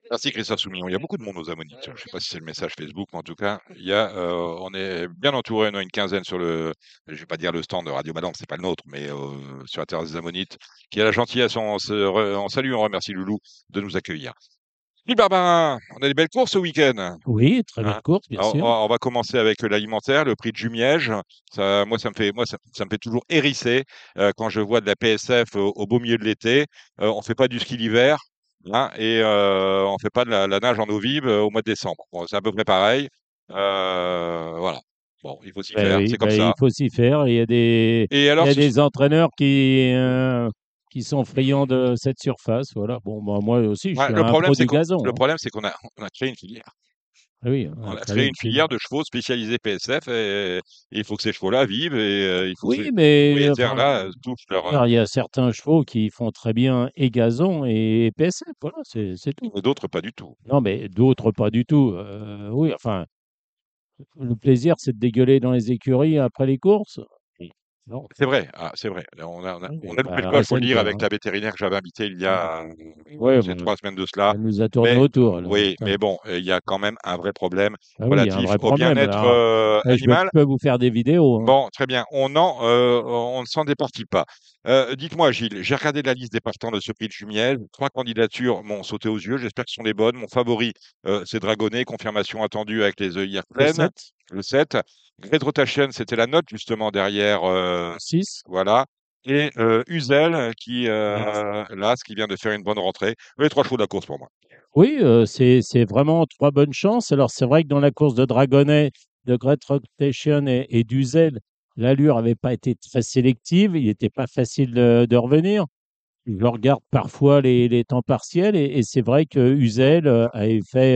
Merci Christophe Soumillon. Il y a beaucoup de monde aux Ammonites. Je ne sais pas si c'est le message Facebook, mais en tout cas, on est bien entouré, on a une quinzaine sur je vais pas dire le stand de Radio Balance, c'est pas le nôtre, mais sur la terrasse des Ammonites, qui a la gentillesse, on salue, on remercie Loulou de nous accueillir. Oui, Barbarin, on a des belles courses ce week-end. Oui, très belle Hein. course, bien Alors, sûr. on va commencer avec l'alimentaire, le prix de Jumièges. Moi, ça me fait toujours hérisser quand je vois de la PSF au beau milieu de l'été. On fait pas du ski l'hiver, hein, et on fait pas de la nage en eau vive au mois de décembre. Bon, c'est à peu près pareil. Voilà. Bon, il faut s'y Ben faire, oui, c'est comme ben, il ça. faut s'y faire. Et Il alors, y a des entraîneurs qui sont friands de cette surface. Voilà. Bon, ben, moi aussi, je ouais, suis un pro du le gazon, hein. problème, c'est on a créé une filière. Ah oui, on On a a créé créé une une file. filière de chevaux spécialisés PSF et il faut que ces chevaux-là vivent et il faut que Oui, ces mais enfin, propriétaires-là touchent leur. alors, il y a certains chevaux qui font très bien et gazon et PSF. Voilà, c'est tout. Et d'autres, pas du tout. Non, mais d'autres pas du tout. Oui, enfin, le plaisir, c'est de dégueuler dans les écuries après les courses. Non, C'est vrai, ah, c'est vrai. Là, on oui, a loupé le bah, coche, faut le dire, renseigne-toi, avec hein. la vétérinaire que j'avais invitée il y a Ouais, c'est bon, 3 semaines de cela. elle nous a tourné Mais autour, là. oui, mais bon, il y a quand même un vrai problème Ah oui, il y a un relatif vrai au problème. bien-être Alors, je animal. peux vous faire des vidéos, hein. Bon, très bien. On ne s'en départit pas. Dites-moi, Gilles, j'ai regardé la liste des partants de ce prix de Jumièges. 3 candidatures m'ont sauté aux yeux. J'espère que ce sont les bonnes. Mon favori, c'est Dragonnet. Confirmation attendue avec les œillères Le pleines. 7, Le 7. Great Rotation, c'était la note justement derrière. le 6. Voilà. Et Uzel, qui vient de faire une bonne rentrée. Les 3 chevaux de la course pour moi. Oui, c'est vraiment 3 bonnes chances. Alors, c'est vrai que dans la course de Dragonnet, de Great Rotation et d'Uzel, l'allure n'avait pas été très sélective. Il n'était pas facile de revenir. Je regarde parfois les temps partiels et c'est vrai que Uzel avait fait,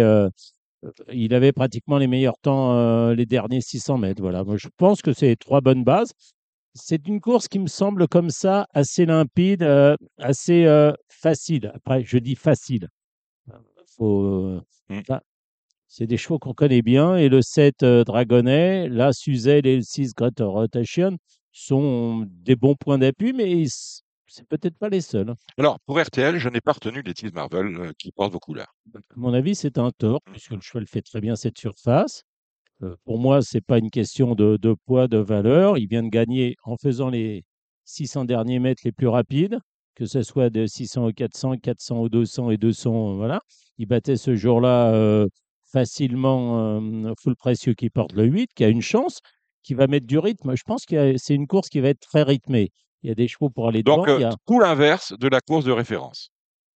il avait pratiquement les meilleurs temps les derniers 600 mètres. Voilà. Moi, je pense que c'est 3 bonnes bases. C'est une course qui me semble comme ça assez limpide, assez facile. Après, je dis facile. Faut, Mm. ça, c'est des chevaux qu'on connaît bien. Et le 7 Dragonnet, la Suzel et le 6 Great Rotation sont des bons points d'appui, mais c'est peut-être pas les seuls, hein. Alors, pour RTL, je n'ai pas retenu les Tease Marvel qui portent vos couleurs. À mon avis, c'est un tort, Mm. puisque le cheval fait très bien cette surface. Pour moi, c'est pas une question de poids, de valeur. Il vient de gagner en faisant les 600 derniers mètres les plus rapides, que ce soit de 600 au 400, 400 au 200 et 200, voilà. Il battait ce jour-là facilement Full Précieux qui porte le 8, qui a une chance, qui va mettre du rythme. Je pense que c'est une course qui va être très rythmée. Il y a des chevaux pour aller Donc, devant. Il y a tout l'inverse de la course de référence.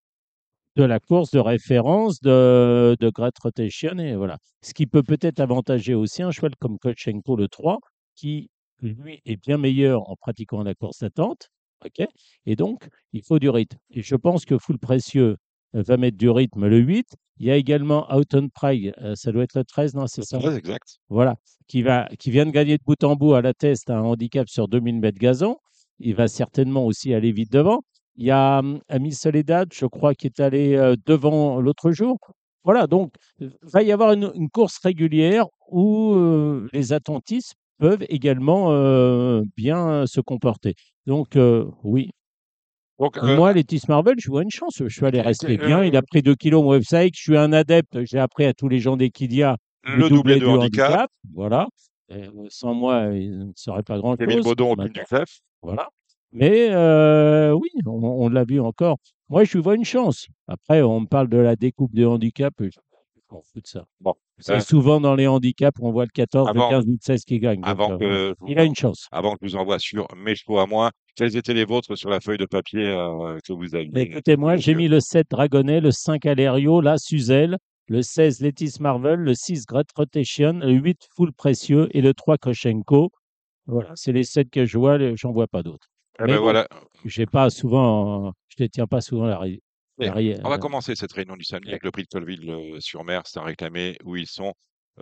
de la course de référence de Great Rotation. Et voilà. Ce qui peut peut-être avantager aussi un cheval comme Kotchenko le 3, qui, lui, est bien meilleur en pratiquant la course attente. OK. Et donc, il faut du rythme. Et je pense que Full Précieux va mettre du rythme le 8. Il y a également Houghton Pride, ça doit être le 13, non, c'est C'est ça? très exact. Voilà, qui vient de gagner de bout en bout à la test un handicap sur 2000 mètres gazon. Il va certainement aussi aller vite devant. Il y a Ami Soledad, je crois, qui est allé devant l'autre jour. Voilà, donc il va y avoir une course régulière où les attentistes peuvent également bien se comporter. Donc oui, Donc, moi, Letis Marvel, je vois une chance. Je suis allé rester bien. Il a pris 2 kilos, mon website. Je suis un adepte. J'ai appris à tous les gens d'Equidia le le doublé doublé de du handicap, handicap. Voilà. Sans moi, il ne serait pas Émile grand-chose Baudon, aucune du maintenant. chef. Voilà. Mais oui, on l'a vu encore. Moi, je lui vois une chance. Après, on me parle de la découpe de handicap. Je m'en fous de ça. Bon, C'est souvent dans les handicaps où on voit le 14, le avant, 15 ou le 16 qui gagne. Donc, avant voilà. que je vous Il a une chance. avant que je vous envoie sur mes chevaux à moi, quels étaient les vôtres sur la feuille de papier que vous Mais aviez écoutez, sous moi, les j'ai yeux? mis le 7 Dragonnet, le 5 Alerio, la Suzel, le 16 Letis Marvel, le 6 Great Rotation, le 8 Full Précieux et le 3 Koshenko. Voilà, c'est les 7 que je vois, j'en vois pas d'autres. Eh Mais ben bon, voilà. j'ai pas souvent, je ne tiens pas souvent Et on va la- commencer cette réunion du samedi la- avec le prix de Colville-sur-Mer. C'est un réclamé où ils sont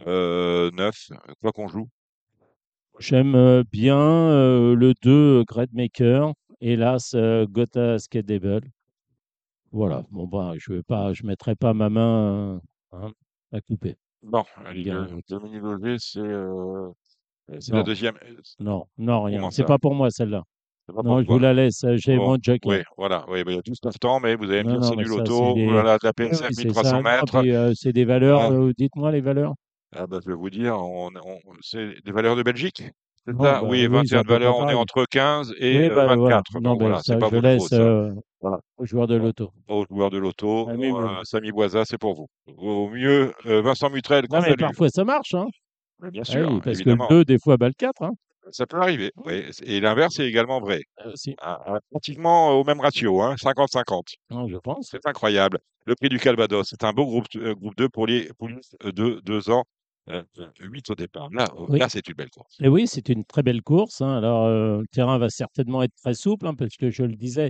9. Quoi qu'on joue. J'aime bien le 2 Great Maker, hélas, Gotha Skedable. Voilà, bon, ben, je mettrai pas ma main hein, à couper. Bon, Ça me allez, dit rien. Dominique Loger, c'est la Non, deuxième. non, non, rien. Comment C'est ça? pas pour moi celle-là. C'est pas Non, je vous pourquoi. la laisse. J'ai Bon, mon joker. oui, voilà, oui, bah, il y a tout ce temps, mais vous allez me Non, dire non, c'est mais du ça, c'est loto, des. voilà, de la Oui, oui, PSF c'est ça. 1300 Non, mètres. puis c'est des valeurs. Voilà. Dites-moi les valeurs. Ah bah, je vais vous dire, c'est des valeurs de Belgique? C'est Non, ça? bah Oui, oui, c'est 21 à de peu près valeur, on est pareil. entre 15 et Oui, bah voilà. 24. Non, Donc ben voilà, c'est ça, pas je votre faute, laisse ça. Voilà. aux joueurs de Bon, loto. aux joueurs de loto, À Mimoun. Samy Boisa, c'est pour vous. Au mieux, Vincent Mutrel, qu'on Non, mais salue. parfois ça marche, hein. Mais bien Ah sûr, oui, parce que le évidemment, 2 des fois, bat le 4, hein. ça peut arriver. Oui, et l'inverse est également vrai. Aussi. Pratiquement au même ratio, hein, 50-50. Non, je pense. C'est incroyable. Le prix du Calvados, c'est un beau groupe 2 pour les poulisses de 2 ans, 8 au départ. Oui. Là, c'est une belle course. Et oui, c'est une très belle course, hein. Alors, le terrain va certainement être très souple, hein, parce que je le disais,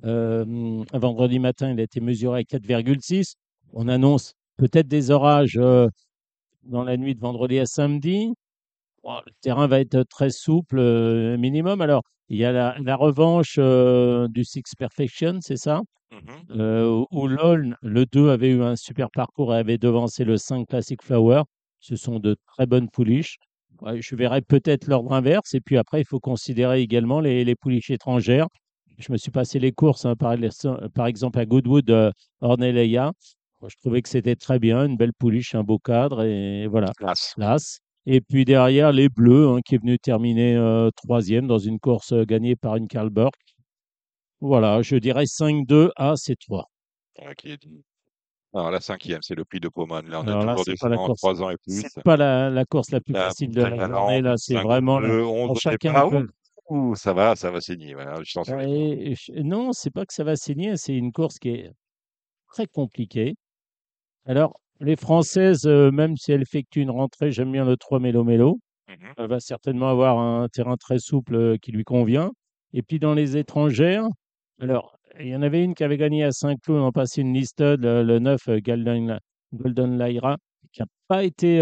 vendredi matin, il a été mesuré à 4,6. On annonce peut-être des orages dans la nuit de vendredi à samedi. Bon, le terrain va être très souple, minimum. Alors, il y a la revanche du Six Perfection, c'est ça? Mhm. Où LOL, le 2, avait eu un super parcours et avait devancé le 5 Classic Flower. Ce sont de très bonnes pouliches. Ouais, je verrai peut-être l'ordre inverse. Et puis après, il faut considérer également les pouliches étrangères. Je me suis passé les courses, hein, par exemple à Goodwood, Ornellaia. Moi, je trouvais que c'était très bien, une belle pouliche, un beau cadre. Et voilà, Classe. l'As. Et puis derrière, les Bleus, hein, qui est venu terminer troisième dans une course gagnée par une Karl Burke. Voilà, je dirais 5-2 à C3. Ah, qui est dit. Alors, la cinquième, c'est le prix de Pomone. Là, on a Alors là, toujours c'est des pas la chevaux en course. 3 ans et C'est plus. pas la course la plus La facile de la prévalente, journée. Là, c'est 5 vraiment 2, 11 pour au chacun départ. peut. Ouh, ça va saigner. Voilà, attention les gars. Non, c'est pas que ça va saigner. C'est une course qui est très compliquée. Alors, les Françaises, même si elles effectuent une rentrée, j'aime bien le 3 Mélo Mélo. Mhm. Elle va certainement avoir un terrain très souple qui lui convient. Et puis dans les étrangères, alors, il y en avait une qui avait gagné à Saint-Cloud en passé une listed, le 9 Golden Lyra, qui n'a pas été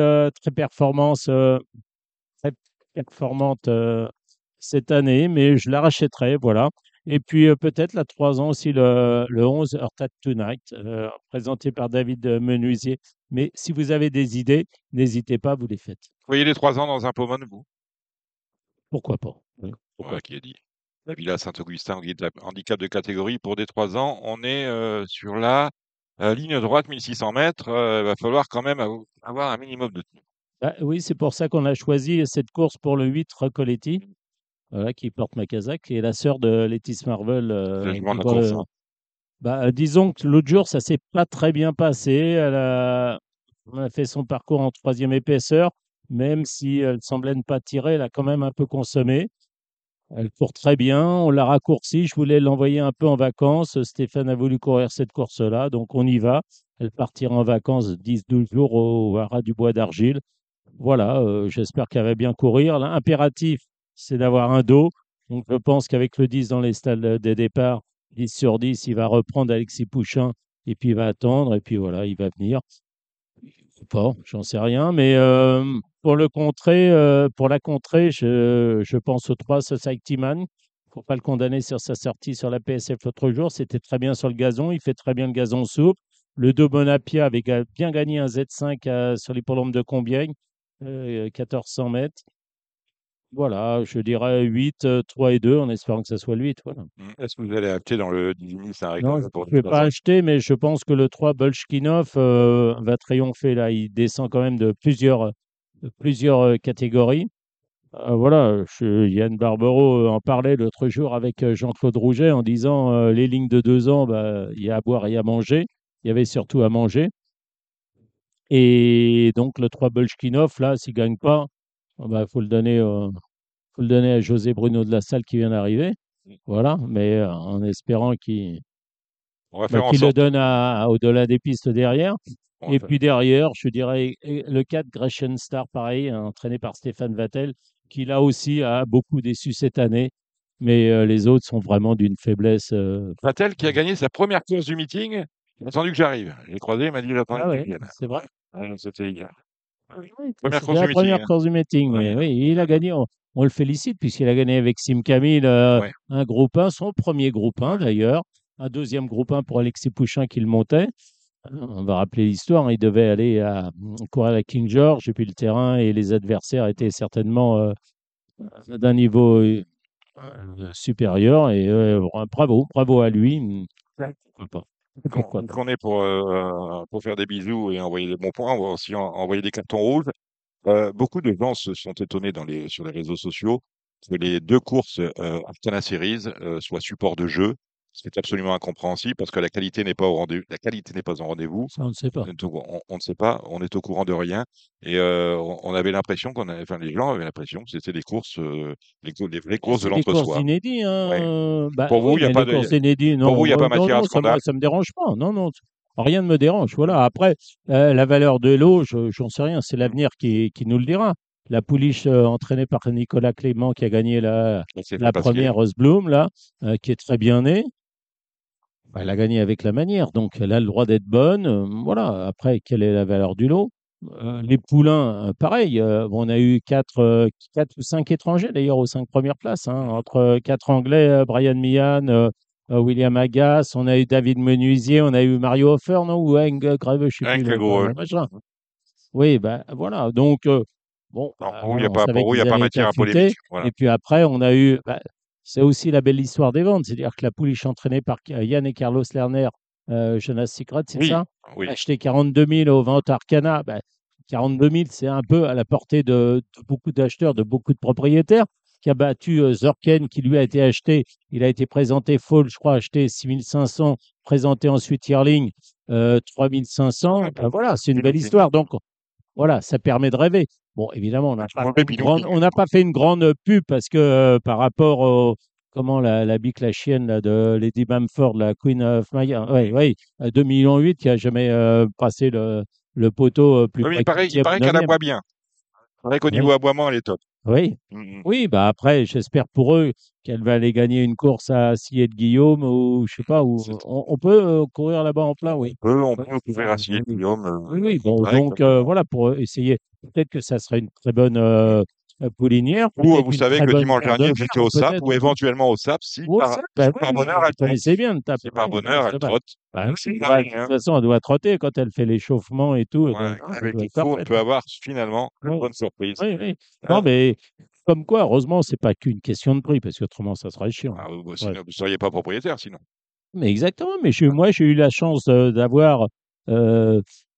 très performante cette année, mais je la rachèterai, voilà. Et puis peut-être la 3 ans aussi, le 11 Heart Tonight, présenté par David Menuisier. Mais si vous avez des idées, n'hésitez pas, vous les faites. Vous voyez les 3 ans dans un Pomone, vous? Pourquoi pas? Oui, pourquoi Voilà, pas. qui est dit. La Villa Saint-Augustin, handicap de catégorie pour des 3 ans. On est sur la ligne droite, 1600 mètres. Il va falloir quand même avoir un minimum de temps. Bah, oui, c'est pour ça qu'on a choisi cette course pour le 8 Recoletti, voilà, qui porte ma casaque, qui est la sœur de Lettis Marvel, Je de qui la court course, hein. Bah, disons que l'autre jour, ça s'est pas très bien passé. On a fait son parcours en troisième épaisseur, même si elle semblait ne pas tirer, elle a quand même un peu consommé. Elle court très bien, on l'a raccourci. Je voulais l'envoyer un peu en vacances. Stéphane a voulu courir cette course-là, donc on y va. Elle partira en vacances 10-12 jours au Haras du Bois d'Argile. Voilà, j'espère qu'elle va bien courir. L'impératif, c'est d'avoir un dos. Donc, je pense qu'avec le 10 dans les stalles des départs, 10 sur 10, il va reprendre Alexis Pouchin et puis il va attendre et puis voilà, il va venir. Ou pas, j'en sais rien. Mais pour la contrer, je pense au 3 Society Man. Il ne faut pas le condamner sur sa sortie sur la PSF l'autre jour. C'était très bien sur le gazon. Il fait très bien le gazon souple. Le 2 Bonapia avait bien gagné un Z5 sur l'hippodrome de Combiègne, 1400 mètres. Voilà, je dirais 8, 3 et 2, en espérant que ça soit le 8. Voilà. Est-ce que vous allez acheter dans le Divini Non, je Saint-Récolte pour ne les vais 3 pas ans? acheter, mais je pense que le 3 Bolchkinov va triompher là. Il descend quand même de plusieurs catégories. Voilà, Yann Barbero en parlait l'autre jour avec Jean-Claude Rouget en disant les lignes de 2 ans, bah, il y a à boire et à manger. Il y avait surtout à manger. Et donc le 3 Bolchkinov, là, s'il ne gagne pas, il faut le donner à José Bruno de la Salle qui vient d'arriver. Voilà, mais en espérant qu'il On va bah, faire en qu'il le sorte. donne au-delà des pistes derrière. On va Et faire- puis derrière, je dirais le 4 Grecian Star, pareil, hein, entraîné par Stéphane Vattel, qui là aussi a beaucoup déçu cette année. Mais les autres sont vraiment d'une faiblesse. Vatel qui a gagné sa première course du meeting. Il a attendu que j'arrive. J'ai croisé, il m'a dit j'ai attendu Ah que tu ouais, viennes. c'est vrai. C'était hier. Oui, Première c'était course la du meeting, première hein. course du meeting, mais Ouais, oui, il a gagné. On le félicite puisqu'il a gagné avec Sim Camille ouais, un groupe 1, son premier groupe 1 ouais. d'ailleurs, un deuxième groupe 1 pour Alexis Pouchin qui le montait. On va rappeler l'histoire, hein, il devait aller courir à la King George et puis le terrain et les adversaires étaient certainement d'un niveau supérieur et bravo, bravo à lui. Pourquoi pas? Pourquoi pas? Qu'on est pour faire des bisous et envoyer des bons points, on va aussi envoyer des cartons rouges. Beaucoup de gens se sont étonnés sur les réseaux sociaux que les deux courses Arcana Series soient support de jeu. C'est absolument incompréhensible parce que la qualité n'est pas au rendez-vous. La qualité n'est pas au rendez-vous. Ça, on ne sait pas. Donc, on ne sait pas, on est au courant de rien. Et on avait l'impression enfin, les gens avaient l'impression que c'était des courses, les vraies Mais courses de c'est des courses l'entre-soi. inédits, hein. Ouais. Bah Pour vous, oui, il n'y a mais pas les de, courses inédits, pour vous, non, il y a pas non, matière à non, scandale. ça me dérange pas. Non, non, rien ne me dérange. Voilà. Après, la valeur de l'eau, j'en sais rien. C'est Mm. l'avenir qui nous le dira. La pouliche entraînée par Nicolas Clément qui a gagné Et c'est fait la pasquer. première Rosebloom, là, qui est très bien née. Bah, elle a gagné avec la manière, donc elle a le droit d'être bonne. Voilà. Après, quelle est la valeur du lot? Les poulains, pareil. On a eu quatre ou cinq étrangers d'ailleurs aux cinq premières places, hein, Mhm. entre quatre Anglais, Brian Meehan, William Agas, on a eu David Menuisier, on a eu Mario Hofer, non, ou Hank Greve, je sais plus Rien que le gros. le machin. Oui, ben voilà. Donc, bon, Non, bah, pour vous, il n'y voilà, a on pas, savait pour vous, il y qu'ils a pas allaient être matière à polémique. affûtés. Voilà. Et puis après, on a eu. Bah, c'est aussi la belle histoire des ventes. C'est-à-dire que la pouliche entraînée par Yann et Carlos Lerner, Jonas Secret, c'est Oui, ça? oui. Acheté 42 000 aux ventes Arcana. Bah, 42 000, c'est un peu à la portée de beaucoup d'acheteurs, de beaucoup de propriétaires, qui a battu Zorken, qui lui a été acheté. Il a été présenté Fall, je crois, acheté 6 500, présenté ensuite Yearling, 3 500. Ben voilà, c'est une belle Biloupine. histoire. Donc, voilà, ça permet de rêver. Bon, évidemment, Mauvais Biloupine. on n'a pas fait une grande pub parce que par rapport au, comment la bique la chienne là, de Lady Bamford, la Queen of Maya, oui, oui, 2,8 millions qui a jamais passé le poteau plus Oui, près que il 8e ou paraît qu'elle 9e. aboie bien. Il paraît qu'au niveau Oui, aboiement, elle est top. oui. Mm, mm. Oui, bah après, j'espère pour eux qu'elle va aller gagner une course à Sillé de Guillaume ou je sais pas, où C'est- on peut courir là-bas en plein, oui. on Oui, peut couvrir oui, Assier oui. Guillaume. Oui, oui, bon, Ouais, donc exactement. voilà, pour essayer, peut-être que ça serait une très bonne poulinière, Ou peut-être vous une savez très que bonne dimanche paire de dernier, j'étais mères, au SAP peut-être. ou éventuellement au SAP Ou ça, bah si oui, par oui, bonheur vous elle trotte. connaissez bien le TAP. Si par Oui, non, bonheur elle c'est vrai. trotte. Bah, oui, C'est bah, de dingue, toute hein. façon, elle doit trotter quand elle fait l'échauffement et tout, Ouais, donc elle avec doit les être cours, on parfaite. peut avoir finalement une Oui, bonne surprise. oui, oui. Non, Euh, mais comme quoi, heureusement, c'est pas qu'une question de prix, parce qu'autrement, ça serait chiant. Ouais. sinon, vous ne seriez pas propriétaire sinon. Mais exactement, mais moi, j'ai eu la chance d'avoir euh,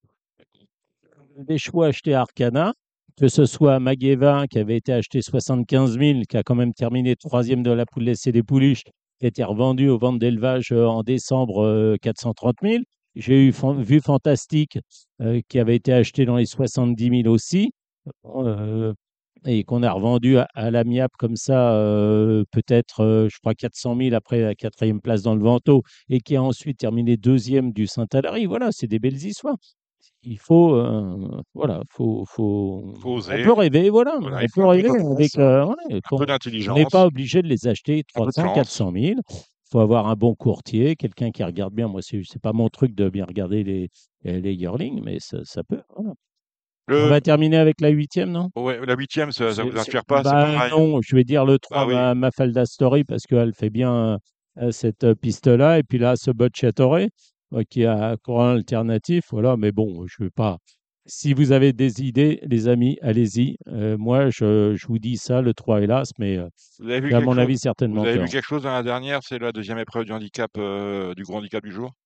des chevaux achetés à Arcana, que ce soit Magueva qui avait été acheté 75 000, qui a quand même terminé troisième de la poule laissée des pouliches, qui a été revendu aux ventes d'élevage en décembre 430 000. J'ai eu Vue Fantastique qui avait été acheté dans les 70 000 aussi. Euh, et qu'on a revendu à l'amiable comme ça, peut-être, je crois, 400 000 après la quatrième place dans le Vento, et qui a ensuite terminé deuxième du Saint-Alary. Voilà, c'est des belles histoires. Il faut, voilà, Faut on peut oser. rêver, voilà, Voilà, on il faut peut un peu rêver d'audace, avec, voilà, un peu on n'est pas d'intelligence, obligé de les acheter un peu de 300, chance. 400 000. Il faut avoir un bon courtier, quelqu'un qui regarde bien. Moi, c'est pas mon truc de bien regarder les yearlings, mais ça peut. Voilà. On Le, va terminer avec la huitième, non? ouais, la huitième, ça vous inspire pas, c'est Bah pareil. non, je vais dire le Bah 3, oui. Mafalda Story, parce qu'elle fait bien cette piste-là. Et puis là, ce Bocciatore, qui a un courant alternatif. Voilà, mais bon, je ne vais pas. Si vous avez des idées, les amis, allez-y. Moi, je vous dis ça, le 3, hélas, mais Vous avez vu j'ai à quelque mon chose? avis Vous certainement avez vu tort. quelque chose dans la dernière? C'est la deuxième épreuve du handicap, du gros handicap du jour.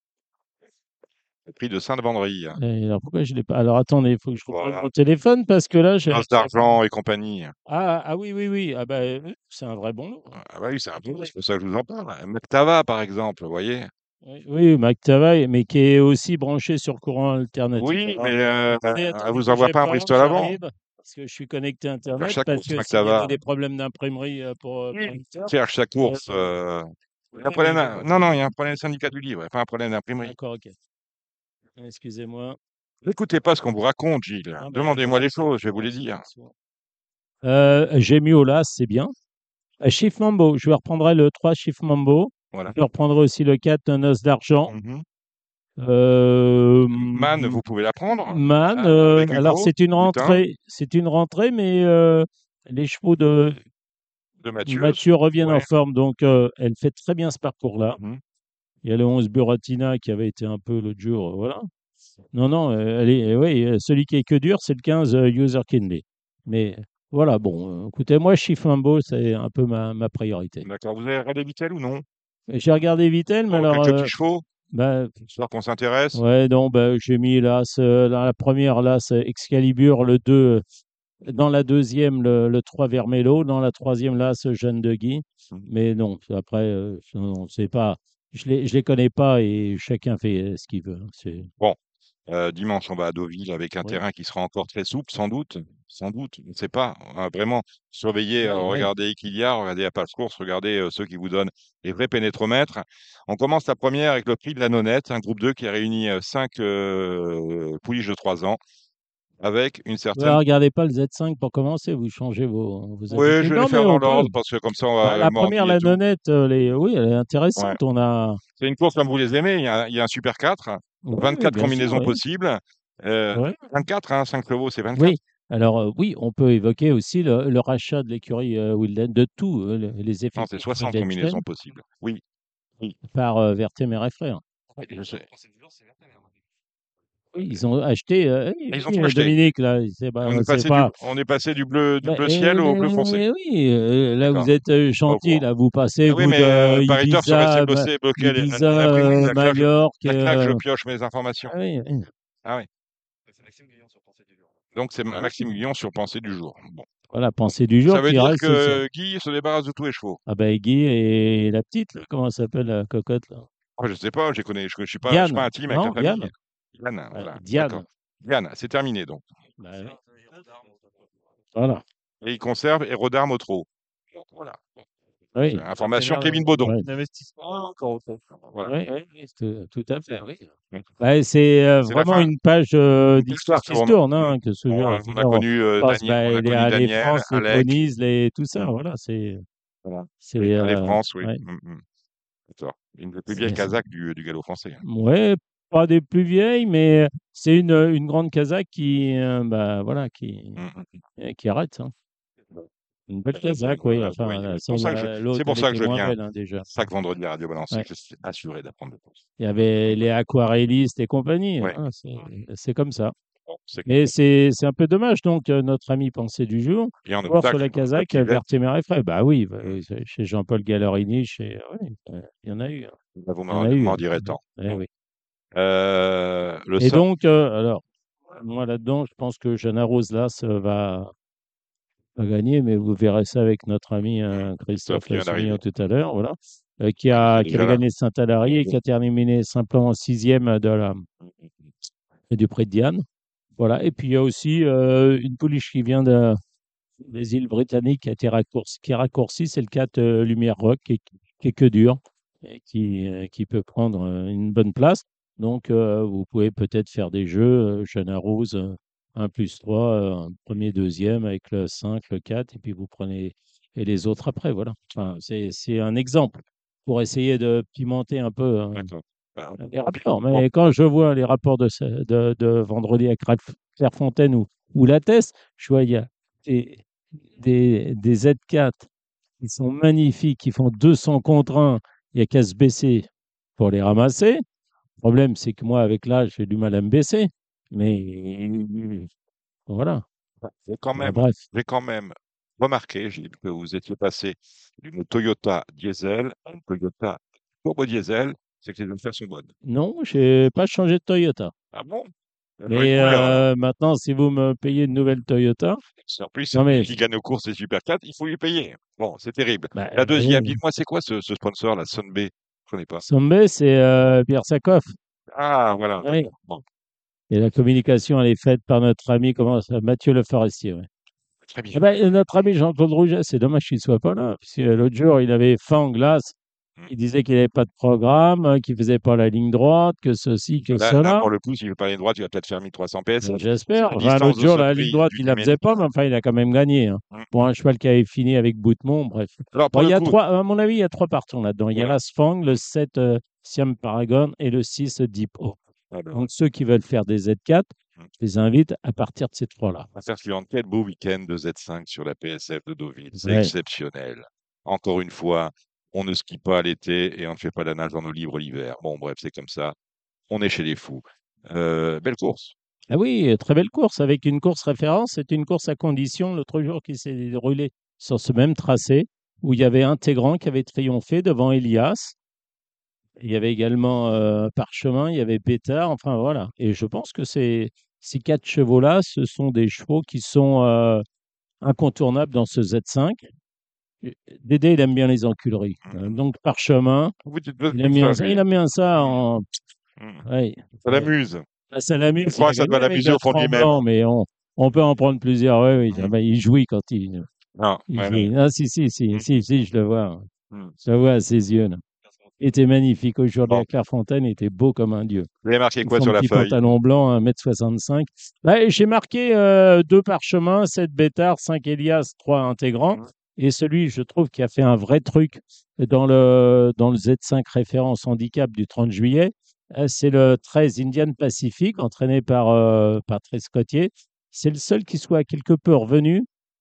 Le prix de Sainte-Vendry. Et alors, pourquoi je l'ai pas? Alors, attendez, il faut que je reprenne Voilà. mon téléphone parce que là, Noces d'argent et compagnie. Ah oui, oui, oui. Ah bah, c'est un vrai bon lot. Ah bah oui, c'est un peu, c'est pour ça que je vous en parle. Mactava, par exemple, vous voyez? Oui, oui, McTavish, mais qui est aussi branché sur courant alternatif. Oui, Alors, mais elle attendez, vous envoie bougez pas un pas, Bristol avant. j'arrive, parce que je suis connecté à Faire Internet, chaque parce course que s'il y avait Mactava. des problèmes d'imprimerie pour Oui. l'éditeur, Faire chaque course. Il y a un ouais, mais problème. bon, Non, non, il y a un problème syndicat du livre, pas un problème d'imprimerie. d'accord, ok. Excusez-moi. N'écoutez pas ce qu'on vous raconte, Gilles. Non, mais Demandez-moi les c'est choses, je vais vous souvent, les dire. j'ai mis Olas, c'est bien. Chiffre Mambo, je vais reprendre le 3 Chiffre Mambo. Voilà. Je reprendrai aussi le 4 Noce d'argent. Mhm. Euh, Man, vous pouvez la prendre Man, avec alors Hugo, Hutin, c'est une rentrée, mais les chevaux de de Mathieu. Mathieu reviennent en Ouais. forme, donc elle fait très bien ce parcours-là. Mhm. Il y a le 11 Buratina qui avait été un peu l'autre jour, voilà. Non, non, elle est, oui, celui qui est que dur, c'est le 15 User Kinley. Mais Voilà, bon, écoutez, moi, Chifimbo, c'est un peu ma priorité. D'accord. Vous avez regardé Vittel ou non? Et j'ai regardé Vittel, mais Pour alors, quelques petits chevaux, bah, histoire qu'on s'intéresse? ouais, non, bah, j'ai mis l'As, dans la première, l'As Excalibur, le 2, dans la deuxième, le 3 Vermelho, dans la troisième, l'As Jeanne de Guy. Mmh. Mais non, après, non, c'est pas, je les connais pas et chacun fait ce qu'il veut, hein. Bon, dimanche, on va à Deauville avec un Oui, terrain qui sera encore très souple, sans doute, on ne sait pas. Vraiment, surveillez, oui, oui. regardez Equilia, regardez la page course, regardez, ceux qui vous donnent les vrais pénétromètres. On commence la première avec le prix de la Nonette, un groupe 2 qui a réuni, 5, pouliches de 3 ans avec une Ouais, certaine. regardez pas le Z5 pour commencer, vous changez vos Oui, habitudes. je vais les Non, mais faire dans on peut. l'ordre parce que comme ça, on Bah, va la première, Mordi et la tout. nonnette, oui, elle est Ouais. intéressante. On a. C'est une course comme vous les aimez, il y a un super 4, Oui, oui, 24 bien sûr, combinaisons oui. possibles, Ouais. 24, hein, 5 chevaux, c'est 24. Oui. Alors, oui, on peut évoquer aussi le rachat de l'écurie Wilden, de tout, les Non, c'est effectifs 60 Wildenstein combinaisons possibles. Oui, oui. par Vertemer et Frères. Oui, je sais. Oui, ils ont acheté. Oui, Ils ont tout oui, acheté. Dominique, là, c'est On pas. est C'est passé du pas. on est passé du bleu ciel au bleu foncé. Mais oui, là, D'accord, vous êtes pas au gentil, courant. là, vous passez, Ah oui, vous, mais de Paris Turf serait resté bloqué à Ibiza, l'imprimerie. Majorque. Il y a que là que je pioche mes informations. Ah oui, oui. Ah oui, donc c'est Ah Maxime oui. Guillon sur Pensée du jour. Bon, Voilà, pensée du ça jour veut qui dire reste sociale. que Guy se débarrasse de tous les chevaux? Ah ben Guy et la petite, là, comment elle s'appelle la cocotte là? Ah, je sais pas, je les connais, je suis pas Diane, intime avec la non? famille. Diane? Diane, voilà, d'accord. Diane. Diane, c'est terminé donc. Bah oui. Voilà. Et il conserve et Rodar Motro. Voilà. C'est Oui. information Kevin Baudon. Ouais. Voilà. Oui, oui, oui, tout à fait, oui. Mmh. Ouais, c'est C'est la vraiment fin. une page Une page qui d'histoire se qui se tourne. tourne, Mmh. hein, que ce genre, je veux On a dire, connu, Daniel, on a connu les Daniel, France, les Alec, ponies, tout ça, voilà, voilà. c'est, Oui, Allez France, oui. ouais, Mmh mh. D'accord. Une des plus vieilles c'est, casaques du galop français, hein. ouais, pas des plus vieilles, mais c'est une grande Kazakh qui, bah, voilà, Mmh mh. qui arrête, hein. Une belle Kazakh, oui, enfin, Oui, c'est l'autre, pour elle ça que était je moins viens belle, hein, déjà. chaque vendredi à Radio Balancier, Ouais. je suis assuré d'apprendre des choses. Il y avait les aquarellistes et compagnie, Ouais, hein, c'est comme ça. bon, c'est comme Mais ça. c'est un peu dommage, donc, notre ami pensée du jour, Et en voir sur obstacle, la le Kazakh, petit vet, Vertemer et Fray. Bah oui, bah mmh, oui, chez Jean-Paul Gallorini, ouais, il y en a eu, hein. là vous Il y en a eu, m'en hein. direz tant. Eh oui. Le Et so donc, alors, moi là-dedans, je pense que Jana Roslas va gagner, mais vous verrez ça avec notre ami Christophe Christophe qui vient d'arriver. Soumillon tout à l'heure, voilà, Ah, il était qui déjà avait là. gagné Saint-Alary et qui a terminé simplement sixième du Prix de Diane. Voilà. Et puis il y a aussi une pouliche qui vient des îles britanniques qui est raccourcie, c'est le 4 Lumière Rock qui est que dur et qui peut prendre une bonne place. Donc vous pouvez peut-être faire des jeux, Jeune Rose, 1+3, un premier, deuxième avec le 5, le 4, et puis vous prenez et les autres après. Voilà. Enfin, c'est un exemple pour essayer de pimenter un peu, hein, D'accord. Bah, les rapports. bon, Mais quand je vois les rapports de vendredi avec Clairefontaine ou La Teste, je vois il y a des, des Z4 qui sont magnifiques, qui font 200 contre 1, il n'y a qu'à se baisser pour les ramasser. Le problème, c'est que moi, avec l'âge, j'ai du mal à me baisser. Mais voilà. j'ai quand Bon, même bref. j'ai quand même remarqué, Gilles, que vous étiez passé d'une Toyota diesel à une Toyota turbo diesel, c'est que les affaires sont bonnes. Non, je n'ai pas changé de Toyota. Ah bon? Il y une Mais couleur alors. maintenant, si vous me payez une nouvelle Toyota, En plus, non celui mais, qui gagne aux courses, c'est Super 4, il faut lui payer. Bon, c'est terrible. bah, La deuxième, oui. dites-moi, c'est quoi ce sponsor, la Sunbay? Je connais pas. Sommet, c'est Pierre Sakov. Ah, voilà, Oui. d'accord. Bon, Et la communication, elle est faite par notre ami, comment ça, Mathieu Le Forestier. Ouais. très Eh bien. ben, notre ami Jean-Claude Rouget, c'est dommage qu'il ne soit pas là, puisque l'autre jour, il avait faim en glace. Mm. Il disait qu'il n'avait pas de programme, qu'il ne faisait pas la ligne droite, que ceci, que Là, cela. pour le coup, s'il veut pas aller droite, il va peut-être faire 1300 PSF. J'espère. La Enfin, distance l'autre de jour, la ligne Sunbay droite, du il ne la faisait Duménil. pas, mais enfin, il a quand même gagné, hein. Pour un cheval qui avait fini avec Boutemont, bref. Alors, Bon, pour il le y a coup, trois, à mon avis, il y a trois partants là-dedans. Il y a voilà. l'Asfang, le 7 Siam Paragon et le 6 Deep O. Ah ben Donc, voilà. ceux qui veulent faire des Z4, Mm. je les invite à partir de ces trois-là. Affaire suivante. Quel beau week-end de Z5 sur la PSF de Deauville. C'est Ouais. exceptionnel. Encore une fois, on ne skie pas l'été et on ne fait pas la nage dans nos livres l'hiver. Bon, bref, c'est comme ça. On est chez les fous. Belle course. Ah oui, très belle course avec une course référence. C'est une course à condition l'autre jour qui s'est déroulée sur ce même tracé où il y avait Intégrant qui avait triomphé devant Elias. Il y avait également Parchemin, il y avait Pétard, enfin voilà. Et je pense que ces quatre chevaux-là, ce sont des chevaux qui sont incontournables dans ce Z5. Dédé, il aime bien les enculeries. Mmh. Donc Parchemin, Oui, tu te il aime comme bien ça, ça. lui. Il aime bien ça Mmh. en. Mmh. Ouais, Ça ouais. l'amuse. Ah, ça l'amuse, Je il crois a que ça gagné doit avec l'amuser au fond de Bertrand lui-même. Blanc, mais on peut en prendre plusieurs. Oui, oui. Ah Mmh. ben, il jouit quand Non, il ouais, ouais. jouit. Ah, si, si, si, Mmh. si, si, je le vois. Mmh. Je le vois à ses yeux, là. Il était magnifique. Aujourd'hui, Bon, à Clairefontaine, il était beau comme un dieu. vous avez marqué quoi Son sur la petit feuille? pantalon blanc, 1,65 m. Bah, j'ai marqué 2 parchemins, 7 bêtards, 5 Elias, 3 intégrants. Mmh. Et celui, je trouve, qui a fait un vrai truc dans le Z5 référence handicap du 30 juillet, c'est le 13 Indian Pacific, entraîné par Patrice Cottier. C'est le seul qui soit quelque peu revenu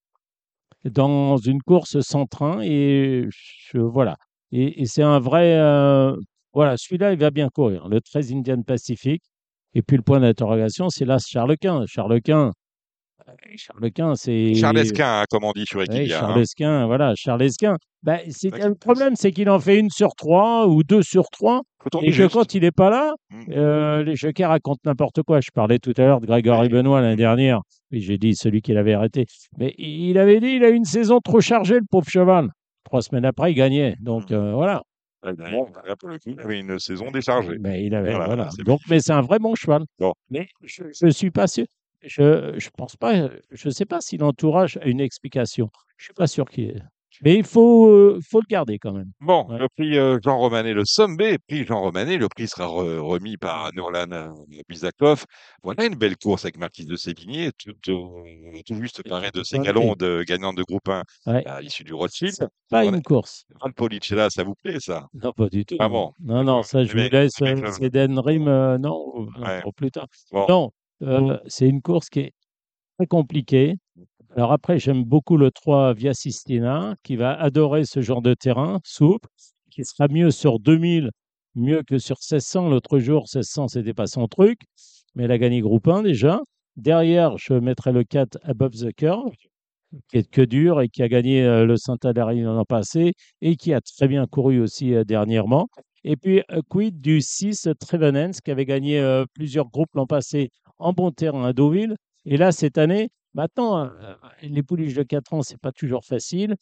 dans une course sans train. Et voilà. Et c'est un vrai. Voilà, celui-là, il va bien courir. Le 13 Indian Pacific. Et puis le point d'interrogation, c'est là Charles-Quint. Charles-Quint, Charles c'est. Esquin, hein, comme on dit sur Oui, Equidia, Charles hein. Mmh. Esquin, voilà, Charles Esquin. Ben, Ouais, le problème, c'est qu'il en fait une sur trois ou deux sur trois, faut tourner et que juste. quand il n'est pas là, Mmh. les jockeys racontent n'importe quoi. Je parlais tout à l'heure de Grégory Oui. Benoît l'année Mmh. dernière, et j'ai dit celui qui l'avait arrêté. Mais il avait dit il a eu une saison trop chargée, le pauvre cheval. 3 semaines après, il gagnait. Donc Mmh. voilà. Ouais, bon, là, pour le coup, il avait une saison déchargée. Mais il avait, Voilà, voilà. c'est Donc, mais magnifique. c'est un vrai bon cheval. Bon, Mais je suis pas sûr. Je pense pas. Je sais pas si l'entourage a une explication. Je suis pas sûr qu'il y ait. Mais il faut le garder quand même. bon, Ouais. le prix Jean Romanet, le Sommet, prix Jean Romanet, le prix sera remis par Nurlan Bisakov. Voilà une belle course avec Marquise de Sévigné, tout juste paré de Tout ses galons pointé. de gagnant de groupe 1 Ouais. issu du Rothschild. C'est pas Voilà. une course. Valpolicella, ça vous plaît, ça? Non, pas du tout. Ah Non, bon, non, non, d'accord. ça, je vous laisse. C'est d'Enrim, non, non, Ouais, pour plus tard. bon. Non, c'est une course qui est très compliquée. Alors après, j'aime beaucoup le 3 Via Sistina, qui va adorer ce genre de terrain souple, qui sera mieux sur 2000, mieux que sur 1600. L'autre jour, 1600, c'était pas son truc, mais elle a gagné groupe 1 déjà. Derrière, je mettrai le 4 Above the Curve, qui est que dur et qui a gagné le Saint-Alary l'an passé et qui a très bien couru aussi dernièrement. Et puis, quid du 6 Trevenens, qui avait gagné plusieurs groupes l'an passé en bon terrain à Deauville. Et là, cette année, maintenant, les pouliches de 4 ans, c'est pas toujours facile.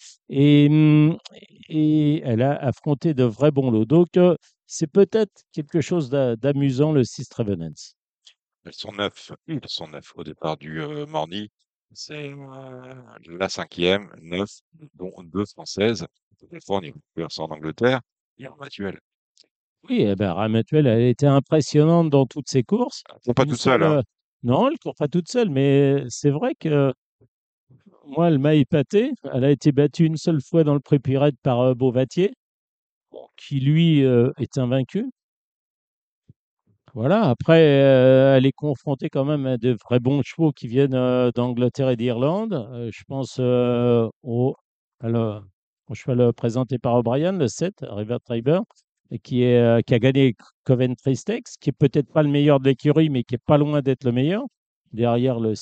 Et elle a affronté de vrais bons lots. Donc, c'est peut-être quelque chose d'amusant, le 6 Trevenens. Ils sont 9 au départ du Morny. C'est la cinquième, 9, dont 2 françaises. Des fois, on est en Angleterre. Et en Mathuel. Oui, eh ben, Ramatuelle, elle a été impressionnante dans toutes ses courses. Elles sont pas Une toutes seules, seule, hein. non, elle court pas toute seule, mais c'est vrai que moi, elle m'a épaté. Elle a été battue une seule fois dans le Prépirette par Beauvatier, qui lui est invaincu. Voilà. Après, elle est confrontée quand même à de vrais bons chevaux qui viennent d'Angleterre et d'Irlande. Je pense alors, au cheval présenté par O'Brien, le 7, River Triber, et qui a gagné Coventry Stakes, qui est peut-être pas le meilleur de l'écurie, mais qui est pas loin d'être le meilleur, derrière le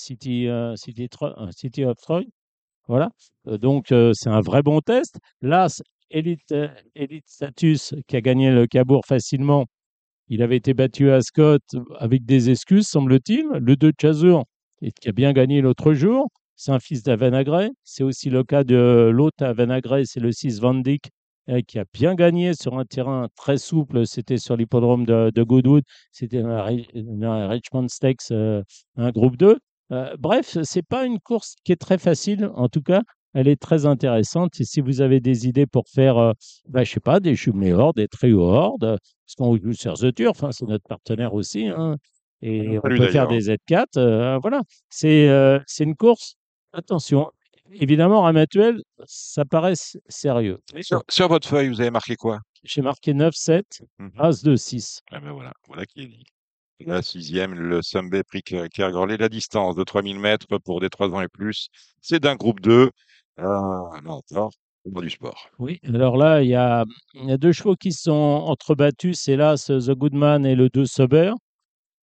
City of Troy. Voilà. Donc, c'est un vrai bon test. Là, Elite Status, qui a gagné le Cabourg facilement, il avait été battu à Scott avec des excuses, semble-t-il. Le 2 Chazur, et qui a bien gagné l'autre jour, c'est un fils d'Avanagray. C'est aussi le cas de l'autre Avanagray, c'est le 6 Van Dyck, qui a bien gagné sur un terrain très souple. C'était sur l'hippodrome de Goodwood. C'était un Richmond Stakes, un groupe 2. Bref, c'est pas une course qui est très facile. En tout cas, elle est très intéressante. Et si vous avez des idées pour faire, je sais pas, des jumelés hors, des trio hors, parce qu'on joue sur The Turf, hein, c'est notre partenaire aussi, hein, et on Salut peut faire d'ailleurs. des Z4. Voilà, c'est une course. Attention, évidemment, Ramatuel, ça paraît sérieux. Sur votre feuille, vous avez marqué quoi? J'ai marqué 9-7, Mmh. As de 6. Ah ben voilà, voilà qui est dit. La sixième, le Sunday Prix Kergorley, la distance de 3000 mètres pour des 3 ans et plus, c'est d'un groupe 2. Là encore, au bas du sport. Oui, alors là, il y a deux chevaux qui sont entrebattus. C'est là The Goodman et le 2 Sober.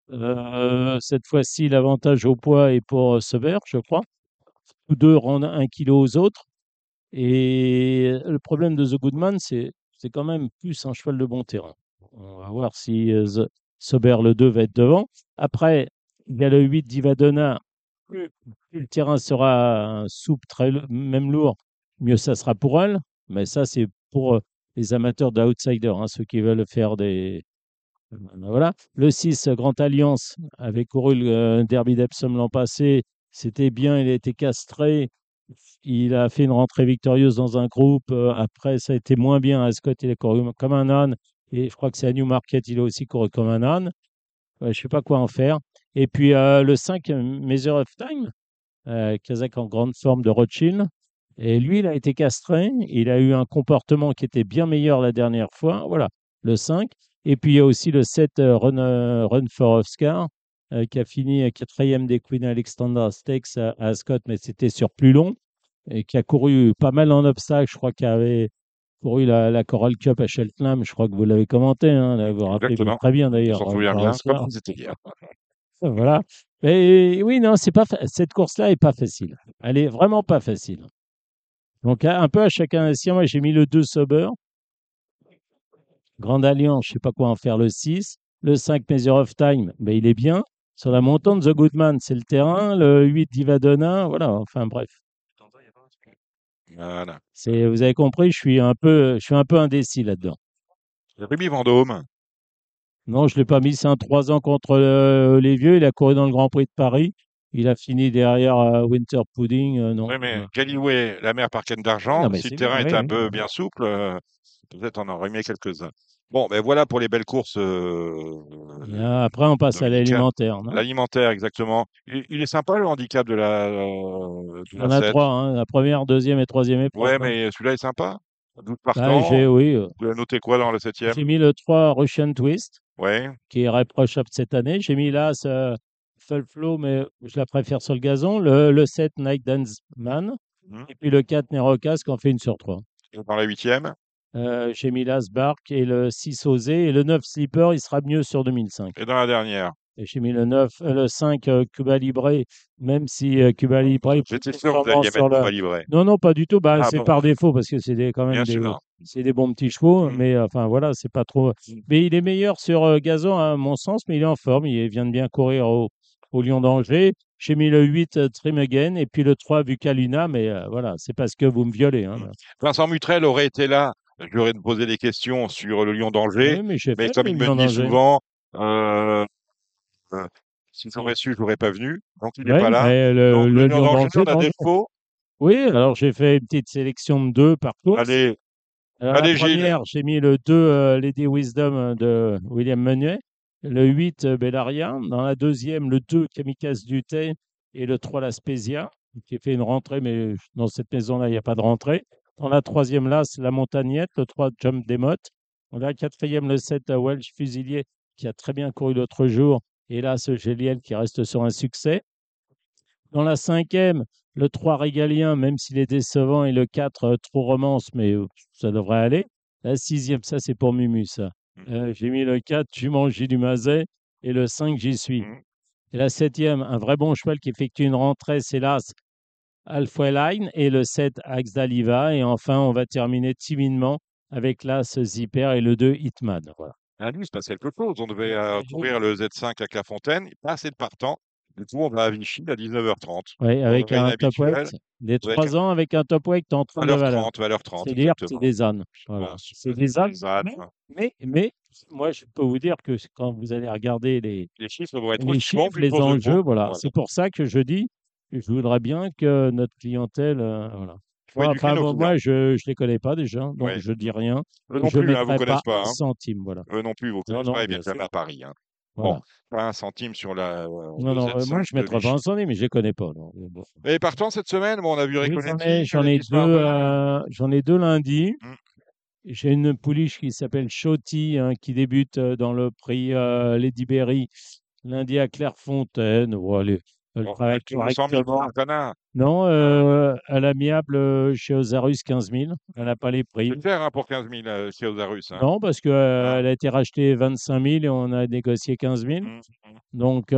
Cette fois-ci, l'avantage au poids est pour Sever, je crois. Tous deux rendent 1 kilo aux autres. Et le problème de The Goodman, c'est quand même plus un cheval de bon terrain. On va voir si Sober le 2 va être devant. Après, il y a le 8 d'Ivadona. Plus le terrain sera souple, même lourd, mieux ça sera pour elle. Mais ça, c'est pour les amateurs d'outsiders, hein, ceux qui veulent faire des. Voilà. Le 6, Grande Alliance, avait couru le Derby d'Epsom l'an passé. C'était bien, il a été castré. Il a fait une rentrée victorieuse dans un groupe. Après, ça a été moins bien. À Ascot, il a couru comme un âne. Et je crois que c'est à Newmarket, il a aussi couru comme un âne. Je ne sais pas quoi en faire. Et puis le 5, Measure of Time, Kazakh en grande forme de Rothschild. Et lui, il a été castré. Il a eu un comportement qui était bien meilleur la dernière fois. Voilà, le 5. Et puis, il y a aussi le 7, Run for Oscar, qui a fini quatrième des Queen Alexandra Stakes à Ascot, mais c'était sur plus long. Et qui a couru pas mal en obstacles. Je crois qu'il avait couru la Coral Cup à Cheltenham. Je crois que vous l'avez commenté. Hein, là, vous vous rappelez Exactement. très bien On d'ailleurs, s'en souvient for bien, Oscar. comme c'était hier. Voilà. Et oui, non, c'est pas cette course-là est pas facile. Elle est vraiment pas facile. Donc, un peu à chacun des siens. Moi, j'ai mis le 2 Sober. Grande Alliance, je sais pas quoi en faire le 6. Le 5 Measure of Time, ben, il est bien. Sur la montante, The Goodman, c'est le terrain. Le 8 Divadonna, voilà. Enfin, bref. Voilà. Vous avez compris, je suis un peu indécis là-dedans. Ruby Vendôme. Non, je ne l'ai pas mis. C'est un 3 ans contre les vieux. Il a couru dans le Grand Prix de Paris. Il a fini derrière Winter Pudding. Non. Oui, mais Galloway, la mer par canne d'argent, Non, mais si le c'est bien. terrain Oui, était un oui. peu bien souple, peut-être on en aurait mis quelques-uns. Bon, ben voilà pour les belles courses Et après, on passe à dominicaines. l'alimentaire, non? L'alimentaire, exactement. Il est sympa le handicap de Il y la en a 7. trois, hein, la première, deuxième et troisième épreuve, Ouais, hein. mais celui-là est sympa. 12 Bah, partants. oui, Vous avez noté quoi dans le septième? j'ai mis le 3 Russian Twist, Ouais. qui est réprochable cette année. J'ai mis l'As Full Flow, mais je la préfère sur le gazon. Le 7 Night Dance Man. Mhm. Et puis le 4 Nerocas, qui en fait une sur trois. Et dans la huitième. J'ai mis l'As Bark et le 6 Osé. Et le 9 Sleeper, il sera mieux sur 2005. Et dans la dernière. Et j'ai mis le 9, le 5 Cuba Libre, même si Cuba Libre est plus J'étais sûr que vous performant alliez sur mettre le. Cuba Libre. Non, non, pas du tout. Bah, Ah c'est bon, par défaut parce que c'est quand bien même sûr. c'est des bons petits chevaux, Mhm. mais enfin voilà, c'est pas trop. Mais il est meilleur sur gazon à mon sens, mais il est en forme. Il vient de bien courir au Lion d'Angers. J'ai mis le 8 Trim Again et puis le 3 Vucaluna, mais voilà, c'est parce que vous me violez, hein. Mhm. Vincent Mutrel aurait été là. Je lui aurais posé des questions sur le Lion d'Angers. Oui, mais j'ai Mais fait comme le il me Lion dit d'Angers. souvent, euh, si j'aurais su, je l'aurais pas venu. Donc il n'est Oui, pas là. mais Donc le le Lion Lion d'Angers, on d'Angers, a non. des faux. Oui, alors j'ai fait une petite sélection de deux par course. Allez, Alors, la allez Gilles. première, j'ai mis le 2 Lady Wisdom de William Meunier, le 8 Bellaria. Dans la deuxième, le 2 Kamikaze Duté et le 3 La Spezia, qui fait une rentrée, mais dans cette maison-là, il n'y a pas de rentrée. Dans la troisième, là, c'est la Montagnette, le 3 Jump Demotte. Dans la quatrième, le 7 Welsh Fusilier, qui a très bien couru l'autre jour. Et là, ce Géliel qui reste sur un succès. Dans la cinquième, le 3 régalien, même s'il est décevant, et le 4 trop romance, mais ça devrait aller. La sixième, ça c'est pour Mumu, ça. J'ai mis le 4, Jumanji du Mazet, et le 5, j'y suis. Mhm. Et la septième, un vrai bon cheval qui effectue une rentrée, c'est l'As Alphaline, et le 7, Axe d'Aliva. Et enfin, on va terminer timidement avec l'As Zipper et le 2, Hitman. Voilà. À lui, il se passe quelque chose. On devait Oui, courir le Z5 à Clairefontaine. Pas assez de partants. Du coup, on va à Vichy à 19h30. oui, avec Horaire un top inhabituel. weight, des Avec 3 ans avec un top weight en 30 de valeur valeur. 30, valeur 30, C'est dire que c'est exactement. des ânes. Bon, Voilà. C'est des ânes. les ânes, Mais, moi, je peux vous dire que quand vous allez regarder les chiffres vont être les aussi bons chiffres, qu'une les course de enjeux, groupe. voilà. Voilà. C'est pour ça que je dis que je voudrais bien que notre clientèle, voilà. Il faut éduquer Enfin, nos clients. moi, je ne les connais pas déjà, donc Ouais. je dis rien. Eux Et non je ne plus, hein, vous mettrai pas connaissent pas. un Hein. centime, voilà. Eux non plus, vous Non, connaissent non, pas. Ils viennent bien jamais sûr. à Paris. Hein. Bon, Voilà. pas un centime sur Non, le non, moi, Z5 je ne de mettrai pas un Vichy. centime, mais je ne les connais pas. Non. Bon. Et partant cette semaine, bon, on a vu Oui, Reconetti, j'en ai Lady deux, Smart. lundi. Hmm. J'ai une pouliche qui s'appelle Shoti, hein, qui débute dans le prix Lady Berry lundi à Clairefontaine. Bon, Elle Bon, travaille tu me sens mis pour correctement. un connard. Non, à l'amiable chez Osarus 15 000. Elle n'a pas les C'est primes. cher hein, pour 15 000 chez Osarus. Hein. Non, parce qu'elle Hein. elle a été rachetée 25 000 et on a négocié 15 000. Mm, mm. Donc,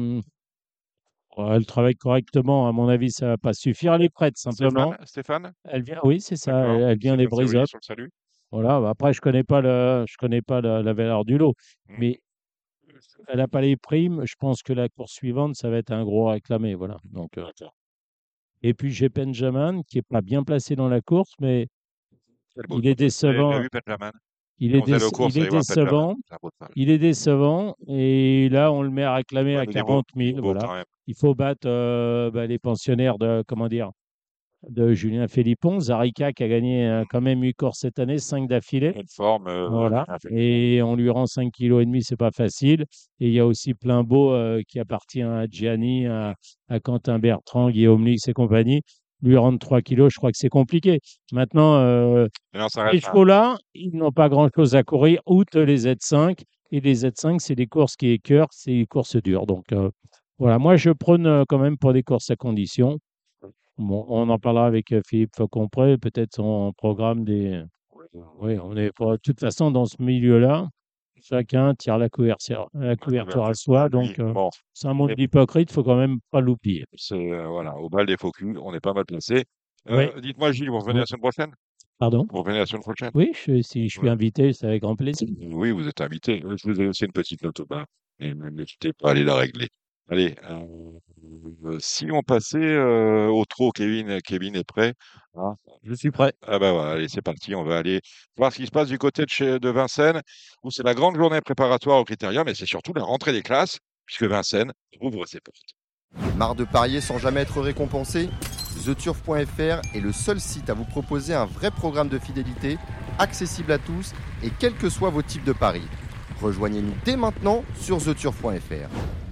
elle travaille correctement. À mon avis, ça ne va pas suffire. Elle est prête, simplement. Stéphane? Elle vient, oui, c'est ça. Elle, D'accord. elle vient des Stéphane Sévrier Brise-Up. sur le salut. Voilà. Bah, après, je connais pas la valeur du lot. Mm. Mais elle n'a pas les primes. Je pense que la course suivante, ça va être un gros réclamé. Voilà. Donc, D'accord. et puis, j'ai Benjamin, qui n'est pas bien placé dans la course, mais Quel beau il est cheval. J'avais déjà décevant. vu Benjamin. Il est, Quand vous allez aux il courses, est allez voir Benjamin. décevant. C'est un beau cheval. Il est décevant. Et là, on le met à réclamer Ouais, à mais il est beau. 40 Il est 000. beau Voilà. quand même. Il faut battre les pensionnaires de, comment dire, de Julien Philippon. Zarika qui a gagné quand même 8 courses cette année, 5 d'affilée. Quelle forme. Voilà. Effectivement. Et on lui rend 5,5 kg, c'est pas facile. Et il y a aussi plein beau qui appartient à Gianni, à Quentin Bertrand, Guillaume Lix et compagnie. Lui rendre 3 kilos, je crois que c'est compliqué. Maintenant, Mais non, ça ces reste un. chevaux-là, ils n'ont pas grand-chose à courir, outre les Z5. Et les Z5, c'est des courses qui écœurent, c'est des courses dures. Donc, voilà, moi, je prône quand même pour des courses à condition. Bon, on en parlera avec Philippe Faucompré, peut-être son programme des. Oui, on est pas. De toute façon, dans ce milieu-là, chacun tire la couverture à soi. Lui, Donc, bon. c'est un monde d'hypocrite, il faut quand même pas l'oublier. C'est voilà, au bal des faux culs, on est pas mal placé. Oui, Dites-moi, Gilles, vous revenez oui. la semaine prochaine? Pardon? Vous revenez la semaine prochaine? Oui, si je suis Ouais. invité, c'est avec grand plaisir. Oui, vous êtes invité. Je vous ai aussi une petite note au bas. Et n'hésitez pas à aller la régler. Allez, si on passait au trot, Kevin, Kevin est prêt. Hein. Je suis prêt. Ah bah voilà, allez, c'est parti. On va aller voir ce qui se passe du côté de Vincennes, où c'est la grande journée préparatoire au Critérium, mais c'est surtout la rentrée des classes, puisque Vincennes ouvre ses portes. Marre de parier sans jamais être récompensé? TheTurf.fr est le seul site à vous proposer un vrai programme de fidélité, accessible à tous et quels que soient vos types de paris. Rejoignez-nous dès maintenant sur TheTurf.fr.